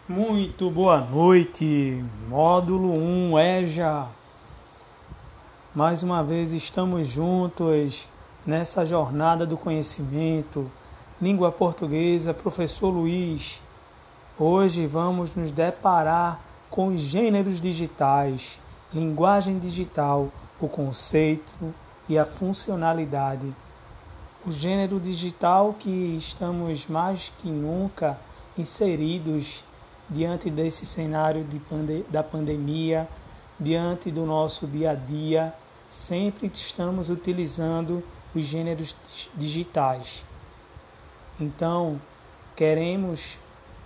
Muito boa noite, módulo 1, EJA. Mais uma vez estamos juntos nessa jornada do conhecimento. Língua portuguesa, professor Luiz. Hoje vamos nos deparar com os gêneros digitais, linguagem digital, o conceito e a funcionalidade. O gênero digital que estamos mais que nunca inseridos diante desse cenário da pandemia, diante do nosso dia a dia, sempre estamos utilizando os gêneros digitais. Então, queremos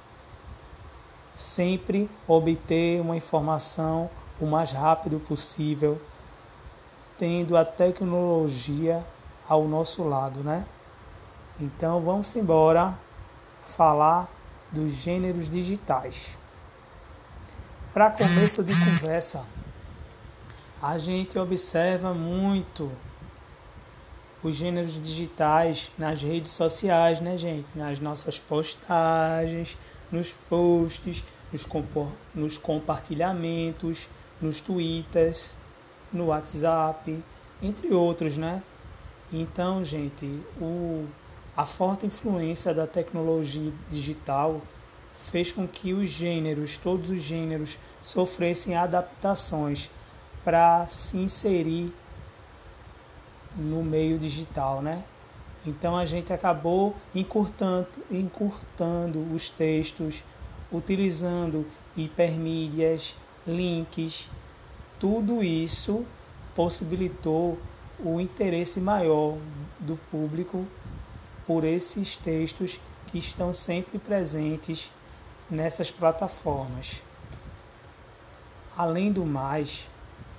sempre obter uma informação o mais rápido possível, tendo a tecnologia ao nosso lado, né? Então, vamos embora falar dos gêneros digitais. Para começo de conversa, a gente observa muito os gêneros digitais nas redes sociais, né, gente? Nas nossas postagens, nos posts, nos compartilhamentos, nos twitters, no WhatsApp, entre outros, né? Então, gente, a forte influência da tecnologia digital fez com que todos os gêneros, sofressem adaptações para se inserir no meio digital, né? Então a gente acabou encurtando os textos, utilizando hipermídias, links. Tudo isso possibilitou o interesse maior do público por esses textos que estão sempre presentes nessas plataformas. Além do mais,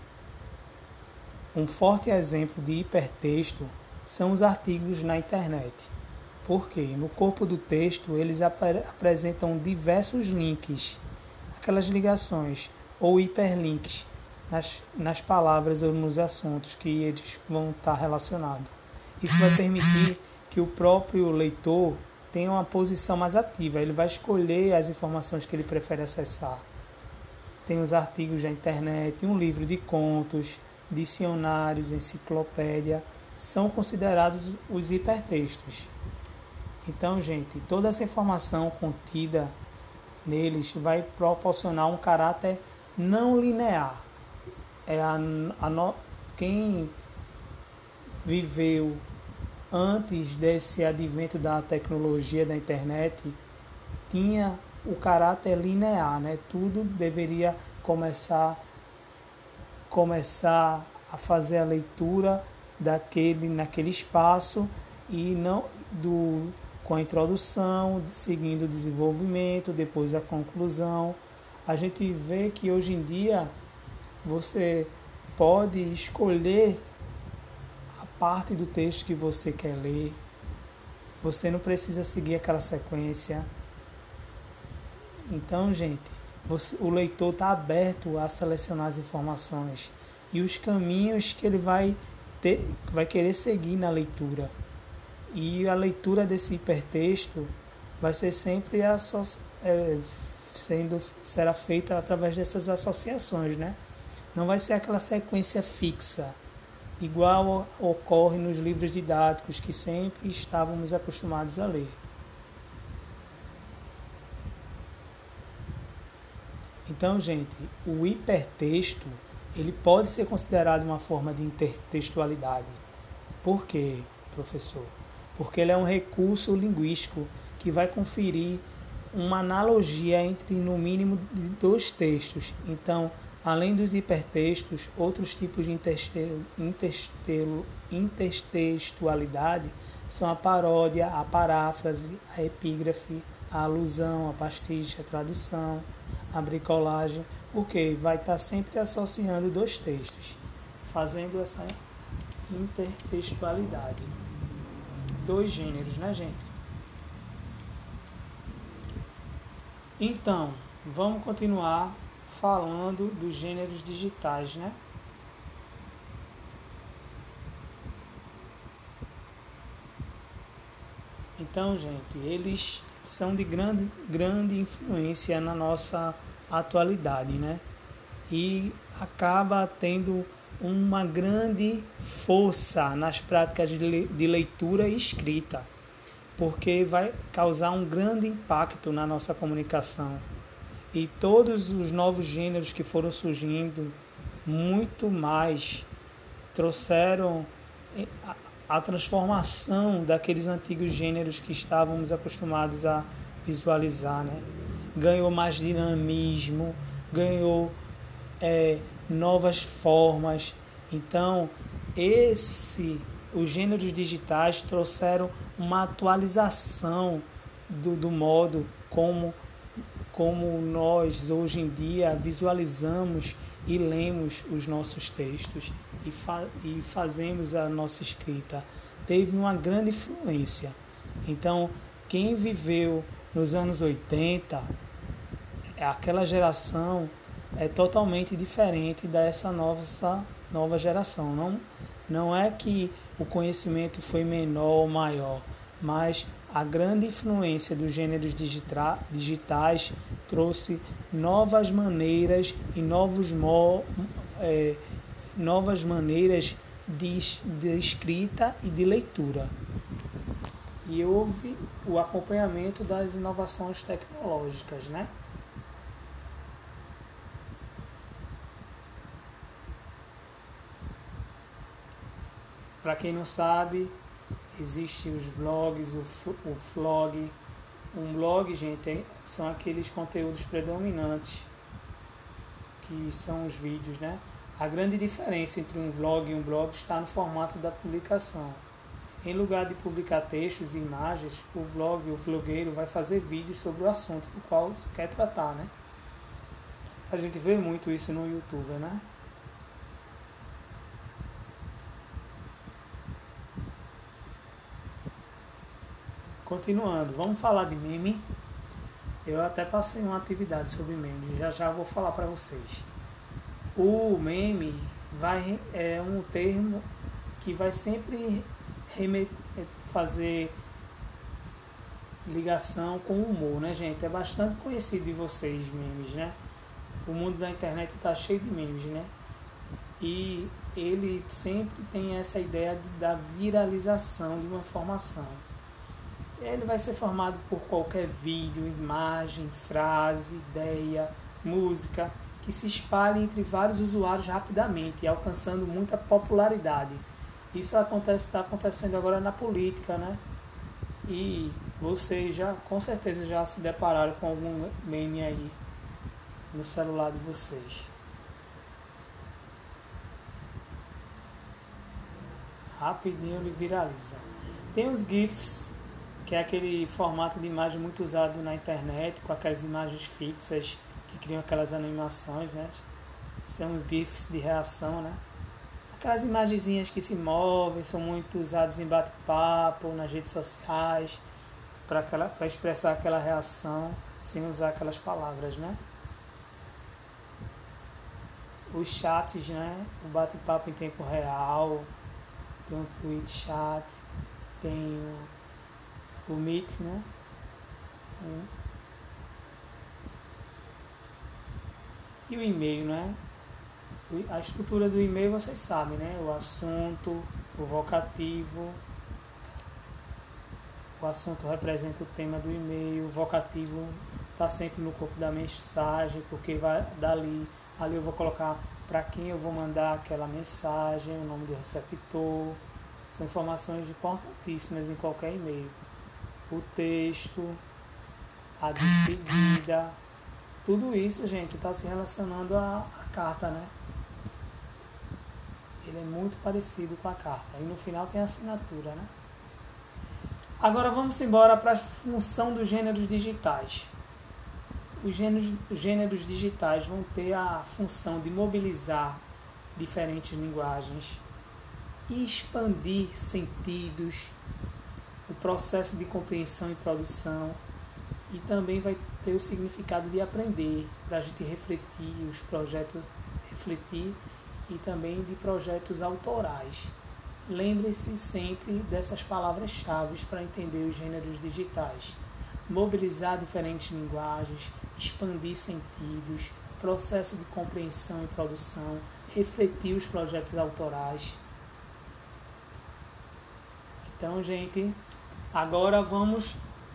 um forte exemplo de hipertexto são os artigos na internet, porque no corpo do texto eles apresentam diversos links, aquelas ligações ou hiperlinks nas palavras ou nos assuntos que eles vão estar relacionados. Isso vai permitir que o próprio leitor tenha uma posição mais ativa, ele vai escolher as informações que ele prefere acessar. Tem os artigos da internet, um livro de contos, dicionários, enciclopédia, são considerados os hipertextos. Então, gente, toda essa informação contida neles vai proporcionar um caráter não linear. Quem viveu antes desse advento da tecnologia da internet tinha o caráter linear, né? Tudo deveria começar a fazer a leitura naquele espaço e não com a introdução, seguindo o desenvolvimento, depois a conclusão. A gente vê que hoje em dia você pode escolher a parte do texto que você quer ler. Você não precisa seguir aquela sequência. Então, gente, o leitor está aberto a selecionar as informações e os caminhos que ele vai querer seguir na leitura. E a leitura desse hipertexto vai ser sempre será feita através dessas associações, né? Não vai ser aquela sequência fixa, igual ocorre nos livros didáticos que sempre estávamos acostumados a ler. Então, gente, o hipertexto ele pode ser considerado uma forma de intertextualidade. Por quê, professor? Porque ele é um recurso linguístico que vai conferir uma analogia entre, no mínimo, dois textos. Então, além dos hipertextos, outros tipos de intertextualidade são a paródia, a paráfrase, a epígrafe, a alusão, a pastiche, a tradução, a bricolagem, porque vai estar sempre associando dois textos, fazendo essa intertextualidade. Dois gêneros, né, gente? Então, vamos continuar falando dos gêneros digitais, né? Então, gente, eles são de grande influência na nossa atualidade, né? E acaba tendo uma grande força nas práticas de leitura e escrita, porque vai causar um grande impacto na nossa comunicação. E todos os novos gêneros que foram surgindo, muito mais trouxeram a transformação daqueles antigos gêneros que estávamos acostumados a visualizar, né? Ganhou mais dinamismo, ganhou novas formas. Então, os gêneros digitais trouxeram uma atualização do modo como nós hoje em dia visualizamos e lemos os nossos textos e fazemos a nossa escrita. Teve uma grande influência. Então, quem viveu nos anos 80, aquela geração é totalmente diferente dessa nova geração. Não é que o conhecimento foi menor ou maior, mas a grande influência dos gêneros digitais trouxe novas maneiras e novas maneiras de escrita e de leitura. E houve o acompanhamento das inovações tecnológicas, né? Para quem não sabe, existem os blogs, o vlog. Um blog, gente, são aqueles conteúdos predominantes, que são os vídeos, né? A grande diferença entre um vlog e um blog está no formato da publicação. Em lugar de publicar textos e imagens, o vlogueiro vai fazer vídeos sobre o assunto do qual se quer tratar, né? A gente vê muito isso no YouTube, né? Continuando, vamos falar de meme. Eu até passei uma atividade sobre meme, já vou falar para vocês. O meme é um termo que vai sempre fazer ligação com o humor, né, gente? É bastante conhecido de vocês, memes, né? O mundo da internet está cheio de memes, né? E ele sempre tem essa ideia da viralização de uma informação. Ele vai ser formado por qualquer vídeo, imagem, frase, ideia, música, que se espalhe entre vários usuários rapidamente, alcançando muita popularidade. Isso está acontecendo agora na política, né? E vocês com certeza já se depararam com algum meme aí no celular de vocês. Rapidinho ele viraliza. Tem os GIFs, que é aquele formato de imagem muito usado na internet, com aquelas imagens fixas que criam aquelas animações, né? São os GIFs de reação, né? Aquelas imagenzinhas que se movem, são muito usadas em bate-papo, nas redes sociais, para expressar aquela reação sem usar aquelas palavras, né? Os chats, né? O bate-papo em tempo real, tem um tweet chat, tem o Meet, né? E o e-mail, né? A estrutura do e-mail vocês sabem, né? O assunto, o vocativo. O assunto representa o tema do e-mail. O vocativo está sempre no corpo da mensagem, porque vai ali eu vou colocar para quem eu vou mandar aquela mensagem, o nome do receptor. São informações importantíssimas em qualquer e-mail. O texto, a despedida, tudo isso, gente, está se relacionando à carta, né? Ele é muito parecido com a carta. E no final tem a assinatura, né? Agora vamos embora para a função dos gêneros digitais. Os gêneros digitais vão ter a função de mobilizar diferentes linguagens e expandir sentidos, o processo de compreensão e produção, e também vai ter o significado de aprender, para a gente refletir e também de projetos autorais. Lembre-se sempre dessas palavras-chave para entender os gêneros digitais. mobilizar diferentes linguagens, expandir sentidos, processo de compreensão e produção, refletir os projetos autorais. Então, gente, agora vamos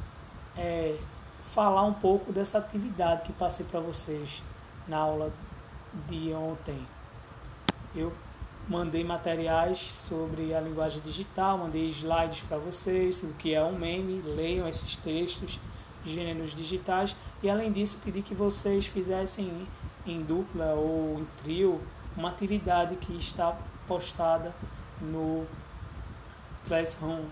falar um pouco dessa atividade que passei para vocês na aula de ontem. Eu mandei materiais sobre a linguagem digital, mandei slides para vocês, o que é um meme, leiam esses textos, gêneros digitais, e além disso pedi que vocês fizessem em dupla ou em trio uma atividade que está postada no Classroom.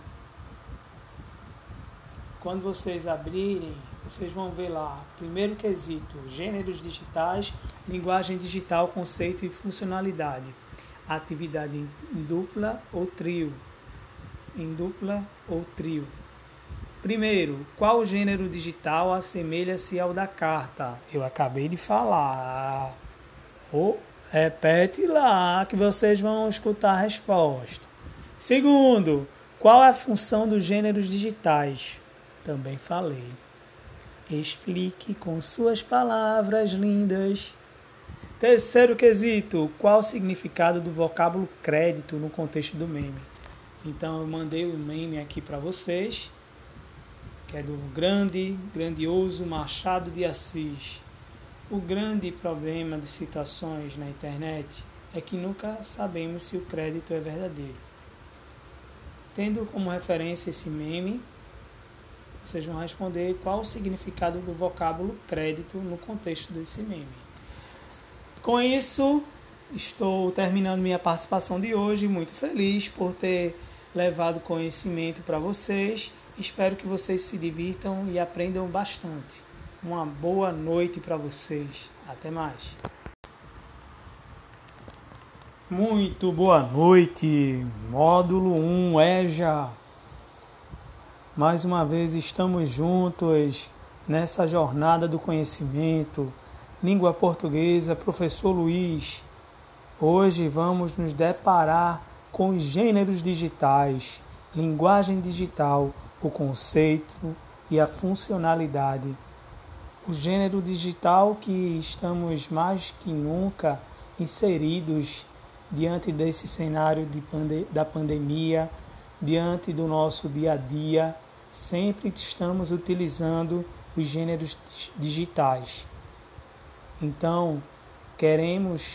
Quando vocês abrirem, vocês vão ver lá, primeiro quesito, gêneros digitais, linguagem digital, conceito e funcionalidade. Atividade em dupla ou trio. Em dupla ou trio. Primeiro, qual gênero digital assemelha-se ao da carta? Eu acabei de falar. Repete lá que vocês vão escutar a resposta. Segundo, qual é a função dos gêneros digitais? Também falei. Explique com suas palavras lindas. Terceiro quesito, qual o significado do vocábulo crédito no contexto do meme? Então eu mandei o meme aqui para vocês, que é do grandioso Machado de Assis. O grande problema de citações na internet é que nunca sabemos se o crédito é verdadeiro. Tendo como referência esse meme, vocês vão responder qual o significado do vocábulo crédito no contexto desse meme. Com isso, estou terminando minha participação de hoje, muito feliz por ter levado conhecimento para vocês. Espero que vocês se divirtam e aprendam bastante. Uma boa noite para vocês. Até mais. Muito boa noite, módulo 1, EJA. Mais uma vez estamos juntos nessa jornada do conhecimento. Língua portuguesa, professor Luiz. Hoje vamos nos deparar com os gêneros digitais, linguagem digital, o conceito e a funcionalidade. O gênero digital que estamos mais que nunca inseridos diante desse cenário da pandemia, diante do nosso dia a dia, sempre estamos utilizando os gêneros digitais. Então, queremos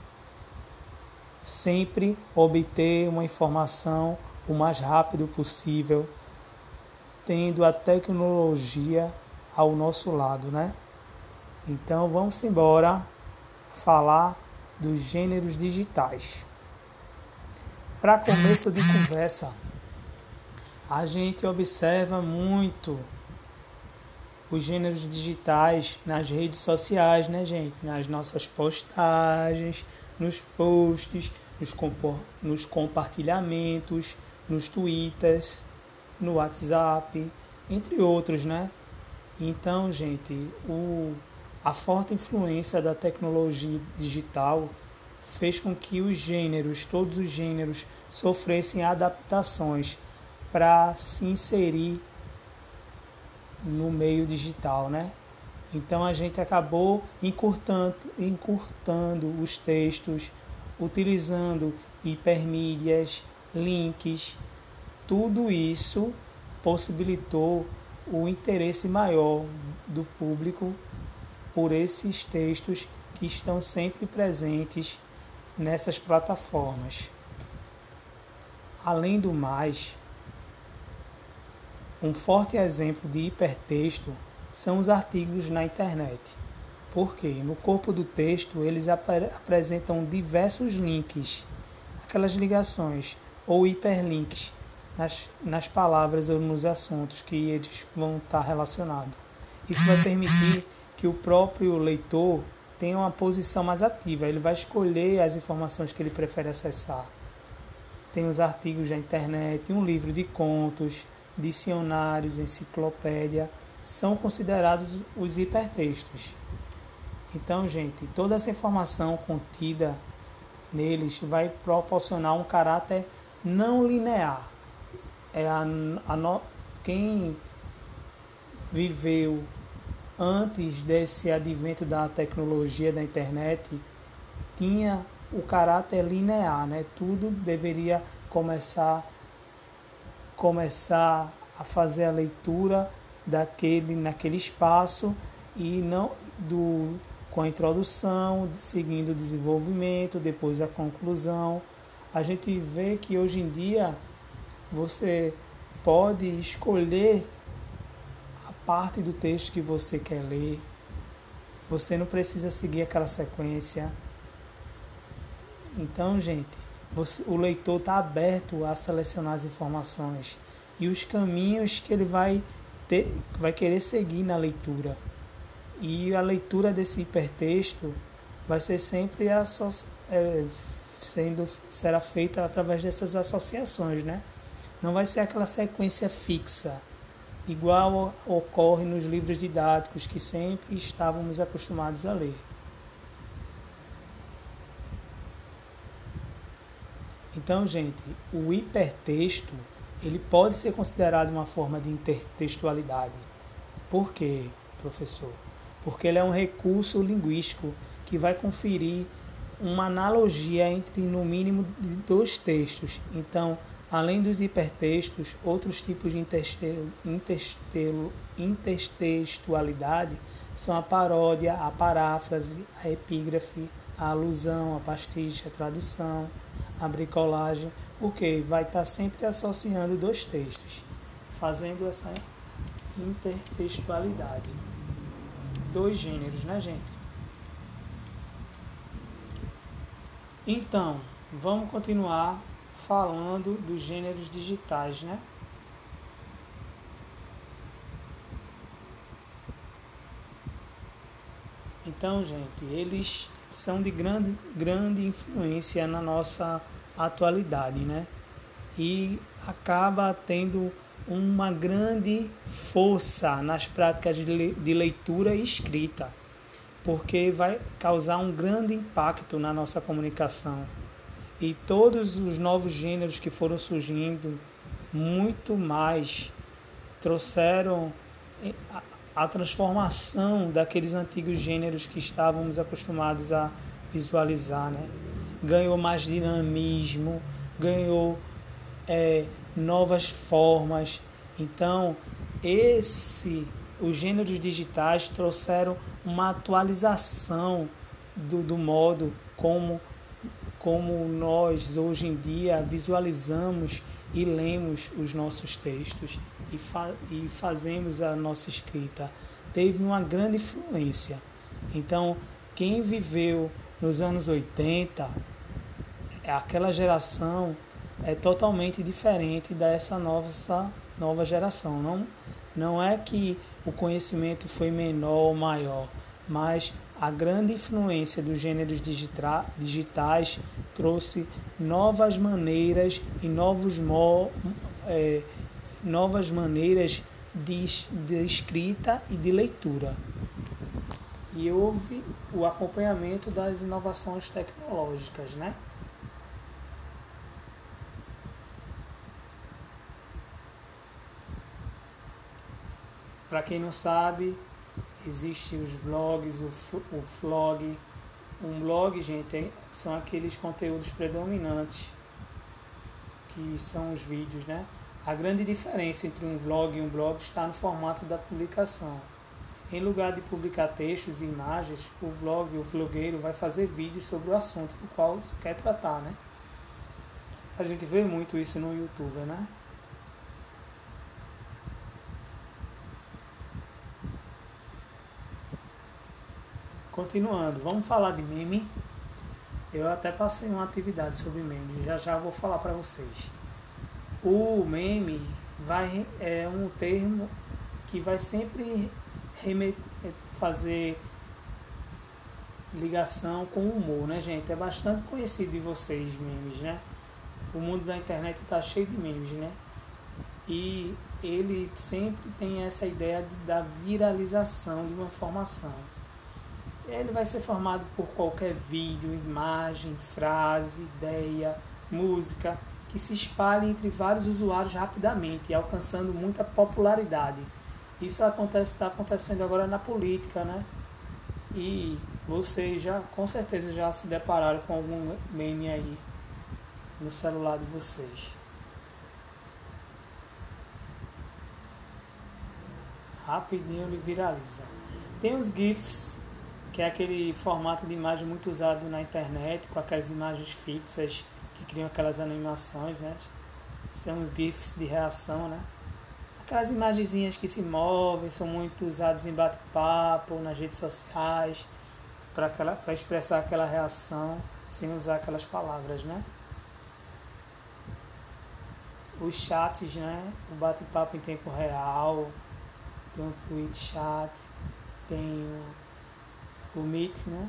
sempre obter uma informação o mais rápido possível, tendo a tecnologia ao nosso lado, né? Então, vamos embora falar dos gêneros digitais. Para começo de conversa, a gente observa muito os gêneros digitais nas redes sociais, né, gente? Nas nossas postagens, nos posts, nos compartilhamentos, nos twitters, no WhatsApp, entre outros, né? Então, gente, a forte influência da tecnologia digital fez com que todos os gêneros, sofressem adaptações para se inserir no meio digital, né? Então a gente acabou encurtando os textos, utilizando hipermídias, links. Tudo isso possibilitou o interesse maior do público por esses textos que estão sempre presentes nessas plataformas. Além do mais, um forte exemplo de hipertexto são os artigos na internet, porque no corpo do texto eles apresentam diversos links, aquelas ligações ou hiperlinks nas palavras ou nos assuntos que eles vão estar relacionados. Isso vai permitir que o próprio leitor tenha uma posição mais ativa, ele vai escolher as informações que ele prefere acessar. Tem os artigos da internet, um livro de contos, dicionários, enciclopédia, são considerados os hipertextos. Então, gente, toda essa informação contida neles vai proporcionar um caráter não linear. Quem viveu antes desse advento da tecnologia da internet tinha o caráter linear, né? Tudo deveria começar a fazer a leitura naquele espaço e não com a introdução, seguindo o desenvolvimento, depois a conclusão. A gente vê que hoje em dia você pode escolher a parte do texto que você quer ler. Você não precisa seguir aquela sequência. Então, gente, o leitor está aberto a selecionar as informações e os caminhos que ele vai querer seguir na leitura. E a leitura desse hipertexto vai ser sempre será feita através dessas associações, né? Não vai ser aquela sequência fixa, igual ocorre nos livros didáticos que sempre estávamos acostumados a ler. Então, gente, o hipertexto ele pode ser considerado uma forma de intertextualidade. Por quê, professor? Porque ele é um recurso linguístico que vai conferir uma analogia entre, no mínimo, dois textos. Então, além dos hipertextos, outros tipos de intertextualidade são a paródia, a paráfrase, a epígrafe, a alusão, a pastiche, a tradução, a bricolagem, porque vai estar sempre associando dois textos, fazendo essa intertextualidade. Dois gêneros, né, gente? Então, vamos continuar falando dos gêneros digitais, né? Então, gente, eles são de grande influência na nossa atualidade, né? E acaba tendo uma grande força nas práticas de leitura e escrita, porque vai causar um grande impacto na nossa comunicação. E todos os novos gêneros que foram surgindo, muito mais, trouxeram a transformação daqueles antigos gêneros que estávamos acostumados a visualizar, né? Ganhou mais dinamismo, ganhou novas formas. Então, os gêneros digitais trouxeram uma atualização do modo como nós hoje em dia visualizamos e lemos os nossos textos e fazemos a nossa escrita. Teve uma grande influência. Então, quem viveu nos anos 80, aquela geração é totalmente diferente dessa nova geração. Não é que o conhecimento foi menor ou maior, mas a grande influência dos gêneros digitais trouxe novas maneiras e novas maneiras de escrita e de leitura. E houve o acompanhamento das inovações tecnológicas, né? Para quem não sabe, existem os blogs, o vlog. Um blog, gente, são aqueles conteúdos predominantes, que são os vídeos, né? A grande diferença entre um vlog e um blog está no formato da publicação. Em lugar de publicar textos e imagens, o vlogueiro vai fazer vídeos sobre o assunto do qual se quer tratar, né? A gente vê muito isso no YouTube, né? Continuando, vamos falar de meme. Eu até passei uma atividade sobre meme, já vou falar para vocês. O meme é um termo que vai sempre fazer ligação com o humor, né, gente? É bastante conhecido de vocês, memes, né? O mundo da internet está cheio de memes, né? E ele sempre tem essa ideia da viralização de uma informação. Ele vai ser formado por qualquer vídeo, imagem, frase, ideia, música, que se espalhe entre vários usuários rapidamente, alcançando muita popularidade. Isso está acontecendo agora na política, né? E vocês já, com certeza, já se depararam com algum meme aí no celular de vocês. Rapidinho ele viraliza. Tem os GIFs, que é aquele formato de imagem muito usado na internet, com aquelas imagens fixas que criam aquelas animações, né? São os GIFs de reação, né? Aquelas imagenzinhas que se movem, são muito usadas em bate-papo, nas redes sociais, para expressar aquela reação sem usar aquelas palavras, né? Os chats, né? O bate-papo em tempo real, tem o Twitch Chat, tem o Meet, né?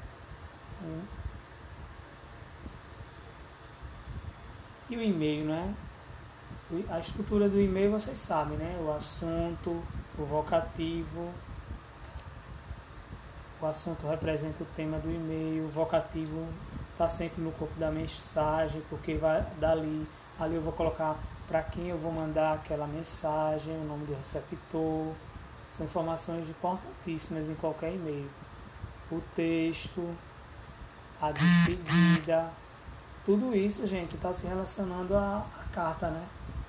E o e-mail, né? A estrutura do e-mail vocês sabem, né? O assunto, o vocativo. O assunto representa o tema do e-mail, o vocativo está sempre no corpo da mensagem, porque vai dali. Ali eu vou colocar para quem eu vou mandar aquela mensagem, o nome do receptor. São informações importantíssimas em qualquer e-mail. O texto, a despedida, tudo isso, gente, está se relacionando à carta, né?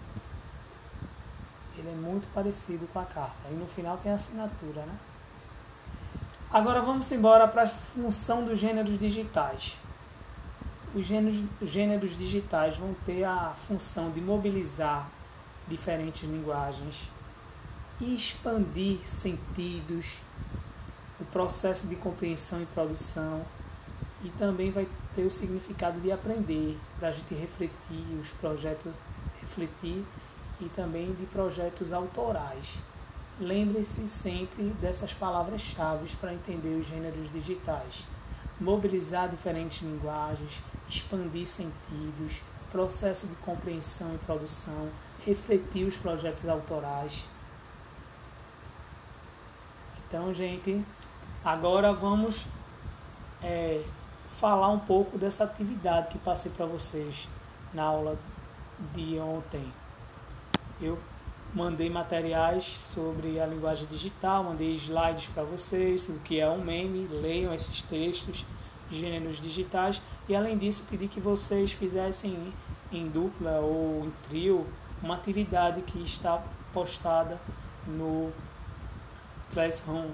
Ele é muito parecido com a carta. E no final tem a assinatura, né? Agora vamos embora para a função dos gêneros digitais. Os gêneros digitais vão ter a função de mobilizar diferentes linguagens, expandir sentidos, o processo de compreensão e produção, e também vai ter o significado de aprender, para a gente refletir os projetos, e também de projetos autorais. Lembre-se sempre dessas palavras-chave para entender os gêneros digitais. Mobilizar diferentes linguagens, expandir sentidos, processo de compreensão e produção, refletir os projetos autorais. Então, gente, agora vamos falar um pouco dessa atividade que passei para vocês na aula de ontem. Eu mandei materiais sobre a linguagem digital, mandei slides para vocês, o que é um meme, leiam esses textos, gêneros digitais, e além disso pedi que vocês fizessem em dupla ou em trio uma atividade que está postada no Classroom.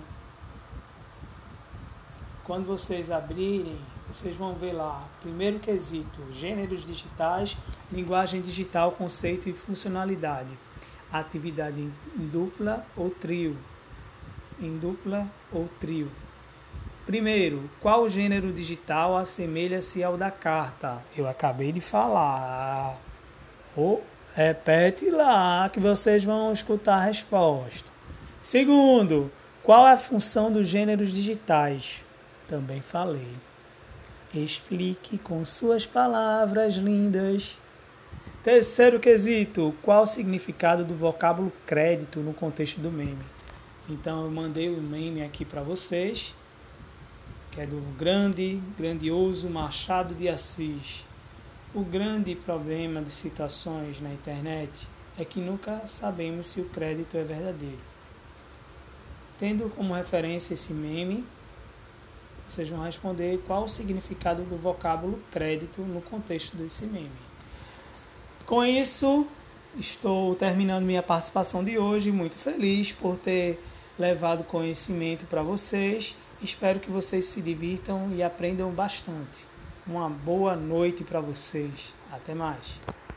Quando vocês abrirem, vocês vão ver lá, primeiro quesito, gêneros digitais, linguagem digital, conceito e funcionalidade. Atividade em dupla ou trio. Em dupla ou trio. Primeiro, qual gênero digital assemelha-se ao da carta? Eu acabei de falar. Repete lá que vocês vão escutar a resposta. Segundo, qual é a função dos gêneros digitais? Também falei. Explique com suas palavras lindas. Terceiro quesito, qual o significado do vocábulo crédito no contexto do meme? Então eu mandei o meme aqui para vocês, que é do grandioso Machado de Assis. O grande problema de citações na internet é que nunca sabemos se o crédito é verdadeiro. Tendo como referência esse meme, vocês vão responder qual o significado do vocábulo crédito no contexto desse meme. Com isso, estou terminando minha participação de hoje, muito feliz por ter levado conhecimento para vocês. Espero que vocês se divirtam e aprendam bastante. Uma boa noite para vocês. Até mais.